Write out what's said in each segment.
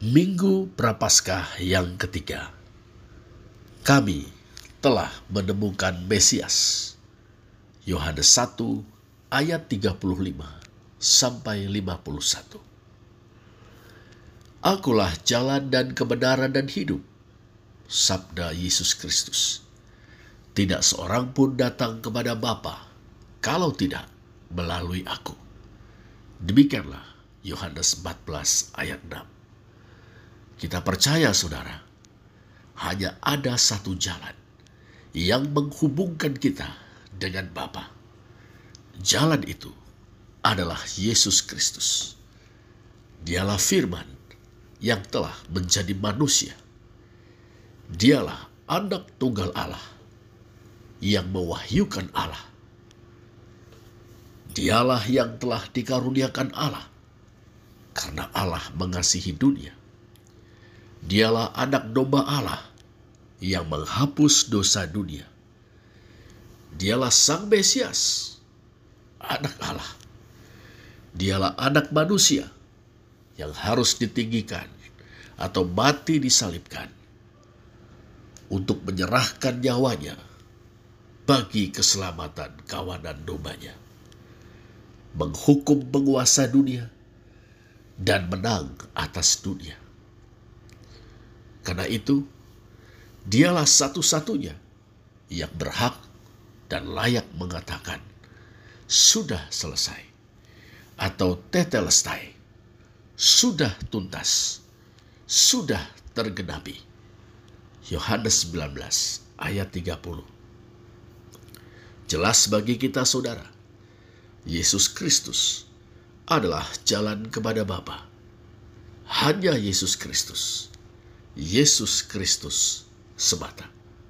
Minggu Prapaskah yang ketiga, kami telah menemukan Mesias. Yohanes 1 ayat 35 sampai 51. Akulah jalan dan kebenaran dan hidup, sabda Yesus Kristus. Tidak seorang pun datang kepada Bapa kalau tidak melalui aku. Demikianlah Yohanes 14 ayat 6. Kita percaya, saudara, hanya ada satu jalan yang menghubungkan kita dengan Bapa. Jalan itu adalah Yesus Kristus. Dialah firman yang telah menjadi manusia. Dialah anak tunggal Allah yang mewahyukan Allah. Dialah yang telah dikaruniakan Allah karena Allah mengasihi dunia. Dialah anak domba Allah yang menghapus dosa dunia. Dialah Sang Mesias, anak Allah. Dialah anak manusia yang harus ditinggikan atau mati disalibkan untuk menyerahkan nyawanya bagi keselamatan kawanan dombanya, menghukum penguasa dunia dan menang atas dunia. Karena itu, dialah satu-satunya yang berhak dan layak mengatakan, sudah selesai, atau tetelestai, sudah tuntas, sudah tergenapi. Yohanes 19 ayat 30. Jelas bagi kita, saudara, Yesus Kristus adalah jalan kepada Bapa. Hanya Yesus Kristus. Yesus Kristus semata.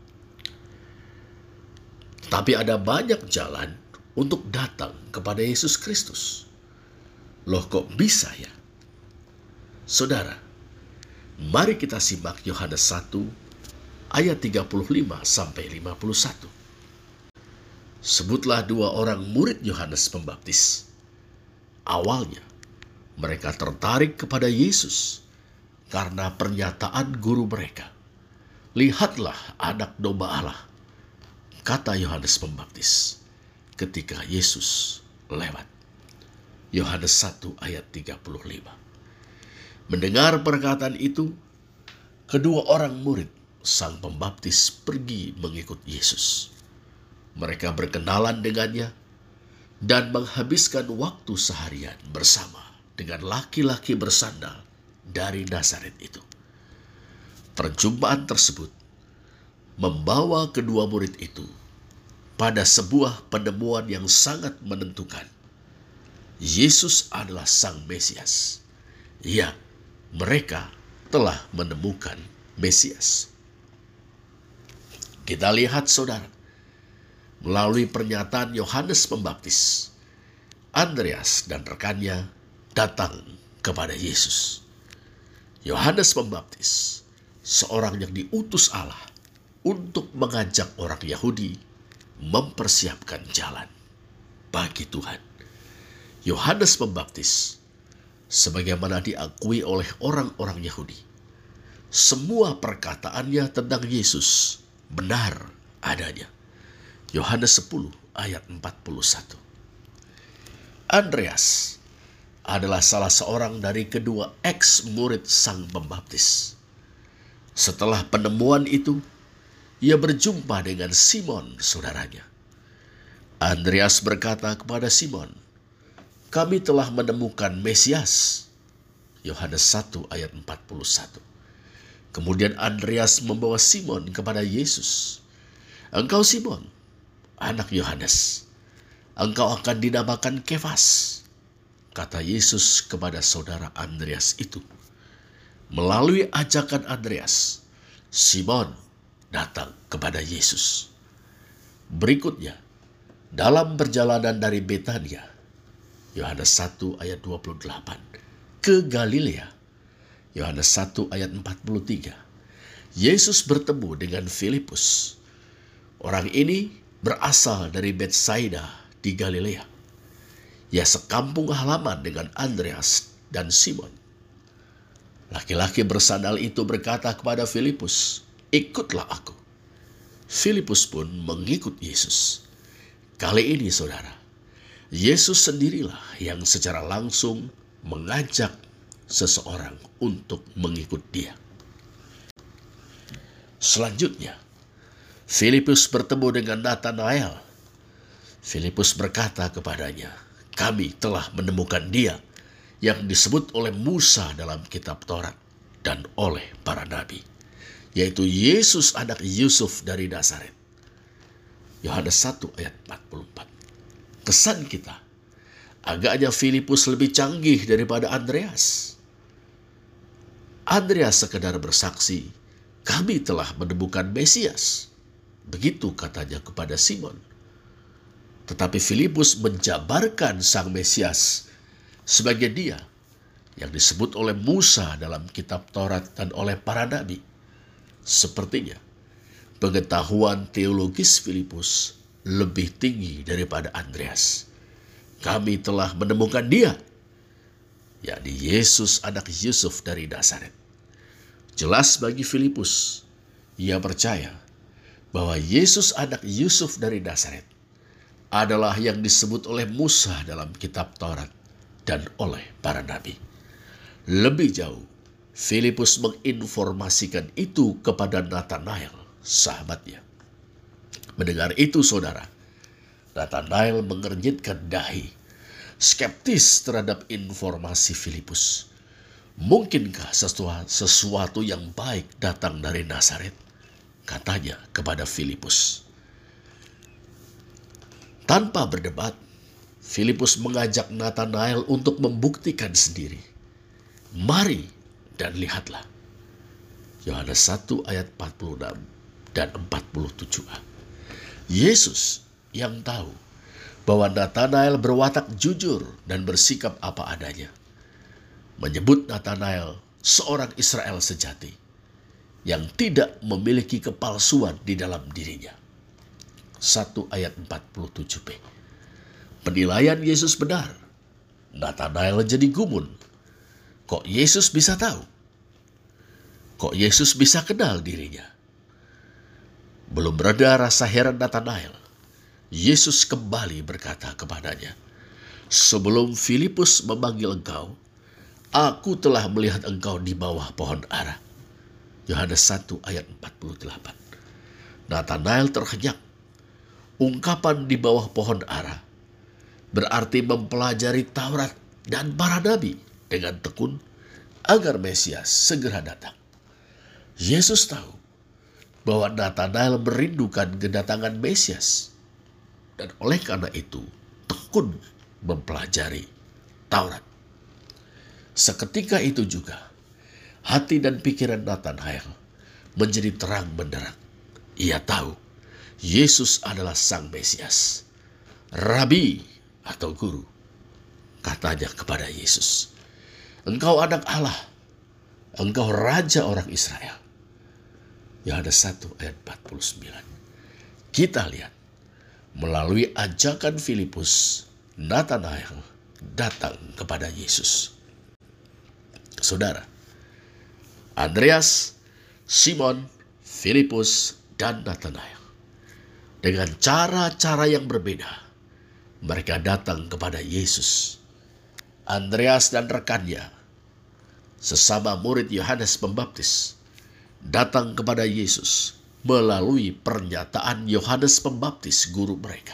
Tapi ada banyak jalan untuk datang kepada Yesus Kristus. Loh, kok bisa ya? Saudara, mari kita simak Yohanes 1 ayat 35 sampai 51. Sebutlah dua orang murid Yohanes Pembaptis. Awalnya mereka tertarik kepada Yesus karena pernyataan guru mereka. Lihatlah anak domba Allah, kata Yohanes Pembaptis ketika Yesus lewat. Yohanes 1 ayat 35. Mendengar perkataan itu, kedua orang murid Sang Pembaptis pergi mengikut Yesus. Mereka berkenalan dengannya dan menghabiskan waktu seharian bersama dengan laki-laki bersandal dari Nazaret itu. Perjumpaan tersebut membawa kedua murid itu pada sebuah penemuan yang sangat menentukan. Yesus adalah Sang Mesias. Ya, mereka telah menemukan Mesias. Kita lihat, saudara, melalui pernyataan Yohanes Pembaptis, Andreas dan rekannya datang kepada Yesus. Yohanes Pembaptis, seorang yang diutus Allah untuk mengajak orang Yahudi mempersiapkan jalan bagi Tuhan. Yohanes Pembaptis, sebagaimana diakui oleh orang-orang Yahudi, semua perkataannya tentang Yesus benar adanya. Yohanes 10 ayat 41. Andreas adalah salah seorang dari kedua ex-murid Sang Pembaptis. Setelah penemuan itu, ia berjumpa dengan Simon, saudaranya. Andreas berkata kepada Simon, "Kami telah menemukan Mesias." Yohanes 1 ayat 41. Kemudian Andreas membawa Simon kepada Yesus. "Engkau Simon, anak Yohanes, engkau akan dinamakan Kefas," kata Yesus kepada saudara Andreas itu. Melalui ajakan Andreas, Simon datang kepada Yesus. Berikutnya, dalam perjalanan dari Betania, Yohanes 1 ayat 28, ke Galilea, Yohanes 1 ayat 43, Yesus bertemu dengan Filipus. Orang ini berasal dari Betsaida di Galilea. Ia sekampung halaman dengan Andreas dan Simon. Laki-laki bersandal itu berkata kepada Filipus, "Ikutlah aku." Filipus pun mengikut Yesus. Kali ini saudara, Yesus sendirilah yang secara langsung mengajak seseorang untuk mengikut dia. Selanjutnya, Filipus bertemu dengan Nathanael. Filipus berkata kepadanya, "Kami telah menemukan dia yang disebut oleh Musa dalam kitab Taurat dan oleh para nabi, yaitu Yesus anak Yusuf dari Nazaret." Yohanes 1 ayat 44. Kesan kita, agaknya Filipus lebih canggih daripada Andreas. Andreas sekedar bersaksi, "Kami telah menemukan Mesias." Begitu katanya kepada Simon. Tetapi Filipus menjabarkan sang Mesias sebagai dia yang disebut oleh Musa dalam kitab Taurat dan oleh para nabi. Sepertinya pengetahuan teologis Filipus lebih tinggi daripada Andreas. "Kami telah menemukan dia," yakni Yesus anak Yusuf dari Nazaret. Jelas bagi Filipus, ia percaya bahwa Yesus anak Yusuf dari Nazaret adalah yang disebut oleh Musa dalam kitab Taurat dan oleh para nabi. Lebih jauh, Filipus menginformasikan itu kepada Nathanael, sahabatnya. Mendengar itu saudara, Nathanael mengernyitkan dahi, skeptis terhadap informasi Filipus. Mungkinkah sesuatu yang baik datang dari Nazaret? Katanya kepada Filipus. Tanpa berdebat, Filipus mengajak Nathanael untuk membuktikan sendiri. "Mari dan lihatlah." Yohanes 1 ayat 46 dan 47a. Yesus yang tahu bahwa Nathanael berwatak jujur dan bersikap apa adanya, menyebut Nathanael seorang Israel sejati yang tidak memiliki kepalsuan di dalam dirinya. 1 ayat 47b. Penilaian Yesus benar. Nathanael jadi gumun. Kok Yesus bisa tahu? Kok Yesus bisa kenal dirinya? Belum reda rasa heran Nathanael, Yesus kembali berkata kepadanya, "Sebelum Filipus memanggil engkau, aku telah melihat engkau di bawah pohon ara." Yohanes 1 ayat 48. Nathanael terhenyak. Ungkapan "di bawah pohon ara" berarti mempelajari Taurat dan para nabi dengan tekun agar Mesias segera datang. Yesus tahu bahwa Nathanael merindukan kedatangan Mesias, dan oleh karena itu tekun mempelajari Taurat. Seketika itu juga hati dan pikiran Nathanael menjadi terang benderang. Ia tahu Yesus adalah Sang Mesias. "Rabi" atau guru, katanya kepada Yesus, "Engkau anak Allah, engkau raja orang Israel." Yohanes 1 ayat 49. Kita lihat, melalui ajakan Filipus, Nathanael datang kepada Yesus. Saudara, Andreas, Simon, Filipus, dan Nathanael, dengan cara-cara yang berbeda, mereka datang kepada Yesus. Andreas dan rekannya, sesama murid Yohanes Pembaptis, datang kepada Yesus melalui pernyataan Yohanes Pembaptis, guru mereka.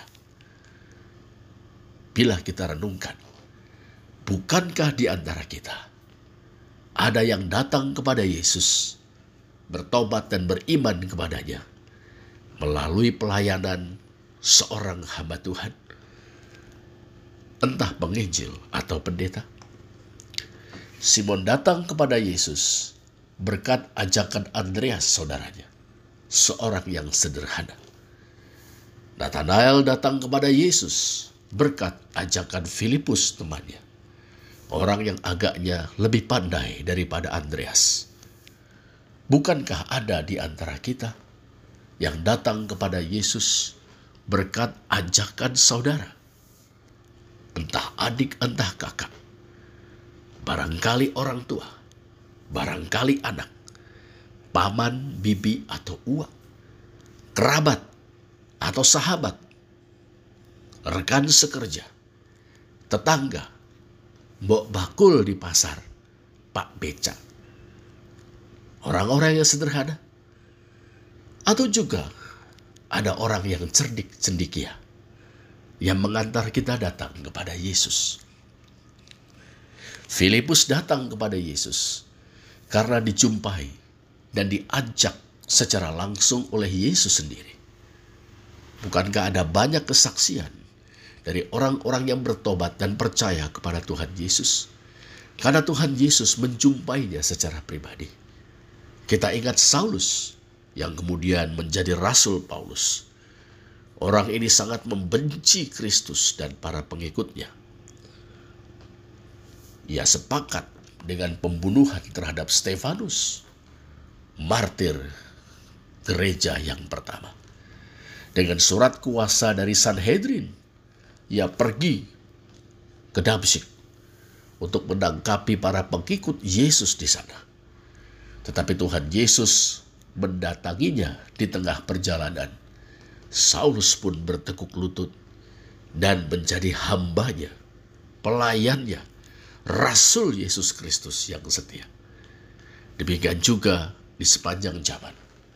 Bila kita renungkan, bukankah di antara kita ada yang datang kepada Yesus, bertobat dan beriman kepadanya melalui pelayanan seorang hamba Tuhan, entah penginjil atau pendeta? Simon datang kepada Yesus berkat ajakan Andreas saudaranya, seorang yang sederhana. Nathanael datang kepada Yesus berkat ajakan Filipus temannya, orang yang agaknya lebih pandai daripada Andreas. Bukankah ada di antara kita yang datang kepada Yesus berkat ajakan saudara? Entah adik, entah kakak, barangkali orang tua, barangkali anak, paman, bibi, atau uak, kerabat, atau sahabat, rekan sekerja, tetangga, mbok bakul di pasar, pak becak, orang-orang yang sederhana, atau juga ada orang yang cerdik cendekia yang mengantar kita datang kepada Yesus. Filipus datang kepada Yesus karena dijumpai dan diajak secara langsung oleh Yesus sendiri. Bukankah ada banyak kesaksian dari orang-orang yang bertobat dan percaya kepada Tuhan Yesus? Karena Tuhan Yesus menjumpainya secara pribadi. Kita ingat Saulus yang kemudian menjadi Rasul Paulus. Orang ini sangat membenci Kristus dan para pengikutnya. Ia sepakat dengan pembunuhan terhadap Stefanus, martir gereja yang pertama. Dengan surat kuasa dari Sanhedrin, ia pergi ke Damsyik untuk menangkapi para pengikut Yesus di sana. Tetapi Tuhan Yesus mendatanginya di tengah perjalanan. Saulus pun bertekuk lutut dan menjadi hambanya, pelayannya, Rasul Yesus Kristus yang setia. Demikian juga di sepanjang zaman.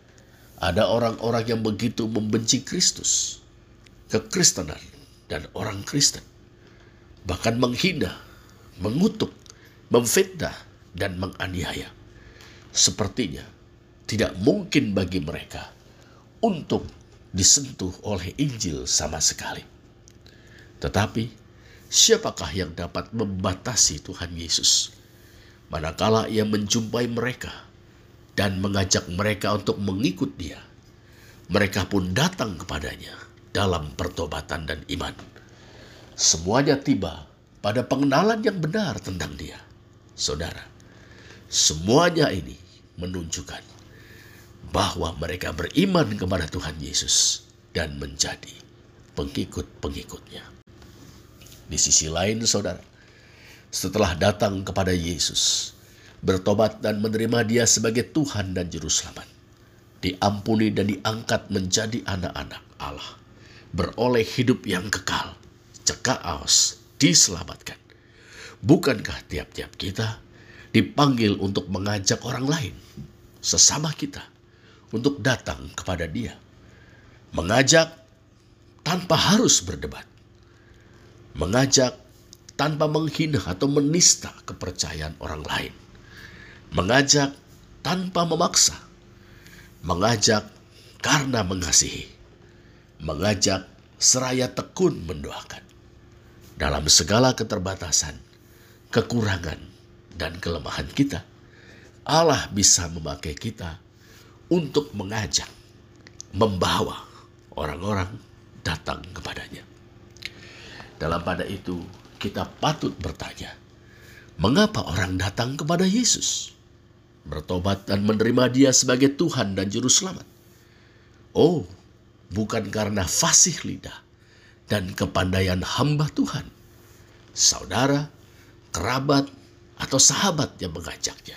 Ada orang-orang yang begitu membenci Kristus, kekristenan, dan orang Kristen. Bahkan menghina, mengutuk, memfitnah, dan menganiaya. Sepertinya tidak mungkin bagi mereka untuk disentuh oleh Injil sama sekali. Tetapi siapakah yang dapat membatasi Tuhan Yesus manakala ia menjumpai mereka dan mengajak mereka untuk mengikut dia? Mereka pun datang kepadanya dalam pertobatan dan iman. Semuanya tiba pada pengenalan yang benar tentang dia. Saudara, semuanya ini menunjukkan bahwa mereka beriman kepada Tuhan Yesus dan menjadi pengikut-pengikutnya. Di sisi lain, saudara, setelah datang kepada Yesus, bertobat dan menerima dia sebagai Tuhan dan Juru Selamat, diampuni dan diangkat menjadi anak-anak Allah, beroleh hidup yang kekal, cekak aos, diselamatkan. Bukankah tiap-tiap kita dipanggil untuk mengajak orang lain, sesama kita, untuk datang kepada dia? Mengajak tanpa harus berdebat. Mengajak tanpa menghina atau menista kepercayaan orang lain. Mengajak tanpa memaksa. Mengajak karena mengasihi. Mengajak seraya tekun mendoakan. Dalam segala keterbatasan, kekurangan, dan kelemahan kita, Allah bisa memakai kita untuk mengajak, membawa orang-orang datang kepadanya. Dalam pada itu, kita patut bertanya, mengapa orang datang kepada Yesus? Bertobat dan menerima dia sebagai Tuhan dan Juru Selamat. Oh, bukan karena fasih lidah dan kepandaian hamba Tuhan, saudara, kerabat, atau sahabat yang mengajaknya.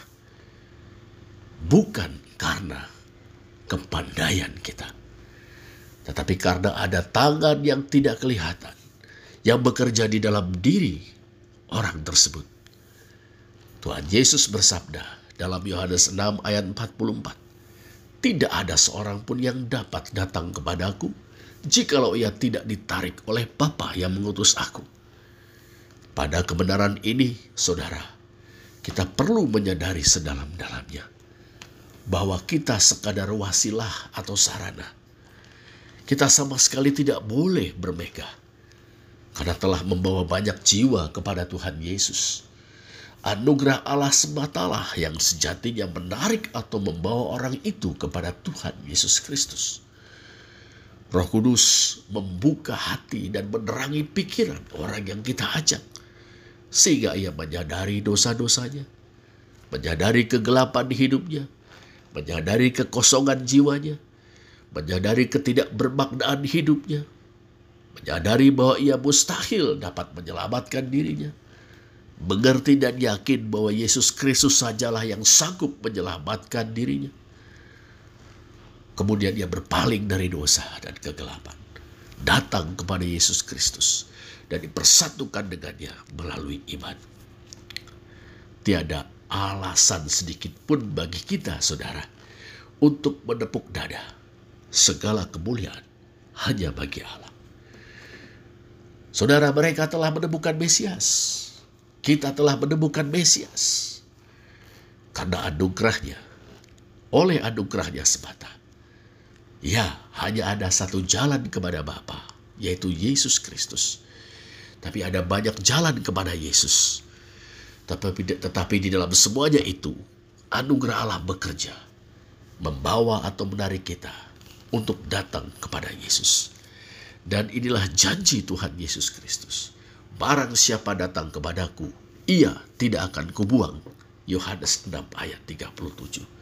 Bukan karena kepandaian kita, tetapi karena ada tangan yang tidak kelihatan yang bekerja di dalam diri orang tersebut. Tuhan Yesus bersabda dalam Yohanes 6 ayat 44, "Tidak ada seorang pun yang dapat datang kepadaku jikalau ia tidak ditarik oleh Bapa yang mengutus aku." Pada kebenaran ini, saudara, kita perlu menyadari sedalam-dalamnya bahwa kita sekadar wasilah atau sarana. Kita sama sekali tidak boleh bermegah karena telah membawa banyak jiwa kepada Tuhan Yesus. Anugerah Allah sematalah yang sejatinya menarik atau membawa orang itu kepada Tuhan Yesus Kristus. Roh Kudus membuka hati dan menerangi pikiran orang yang kita ajak, sehingga ia menyadari dosa-dosanya, menyadari kegelapan hidupnya, menyadari kekosongan jiwanya, menyadari ketidakbermaknaan hidupnya, menyadari bahwa ia mustahil dapat menyelamatkan dirinya, mengerti dan yakin bahwa Yesus Kristus sajalah yang sanggup menyelamatkan dirinya. Kemudian ia berpaling dari dosa dan kegelapan, datang kepada Yesus Kristus dan dipersatukan dengannya melalui iman. Tiada alasan sedikit pun bagi kita, saudara, untuk menepuk dada. Segala kemuliaan hanya bagi Allah. Saudara, mereka telah menemukan Mesias. Kita telah menemukan Mesias. Karena anugerahnya, oleh anugerahnya semata. Ya, hanya ada satu jalan kepada Bapa, yaitu Yesus Kristus. Tapi ada banyak jalan kepada Yesus. Tetapi di dalam semuanya itu, anugerah Allah bekerja, membawa atau menarik kita untuk datang kepada Yesus. Dan inilah janji Tuhan Yesus Kristus. Barang siapa datang kepadaku, ia tidak akan kubuang. Yohanes 6 ayat 37.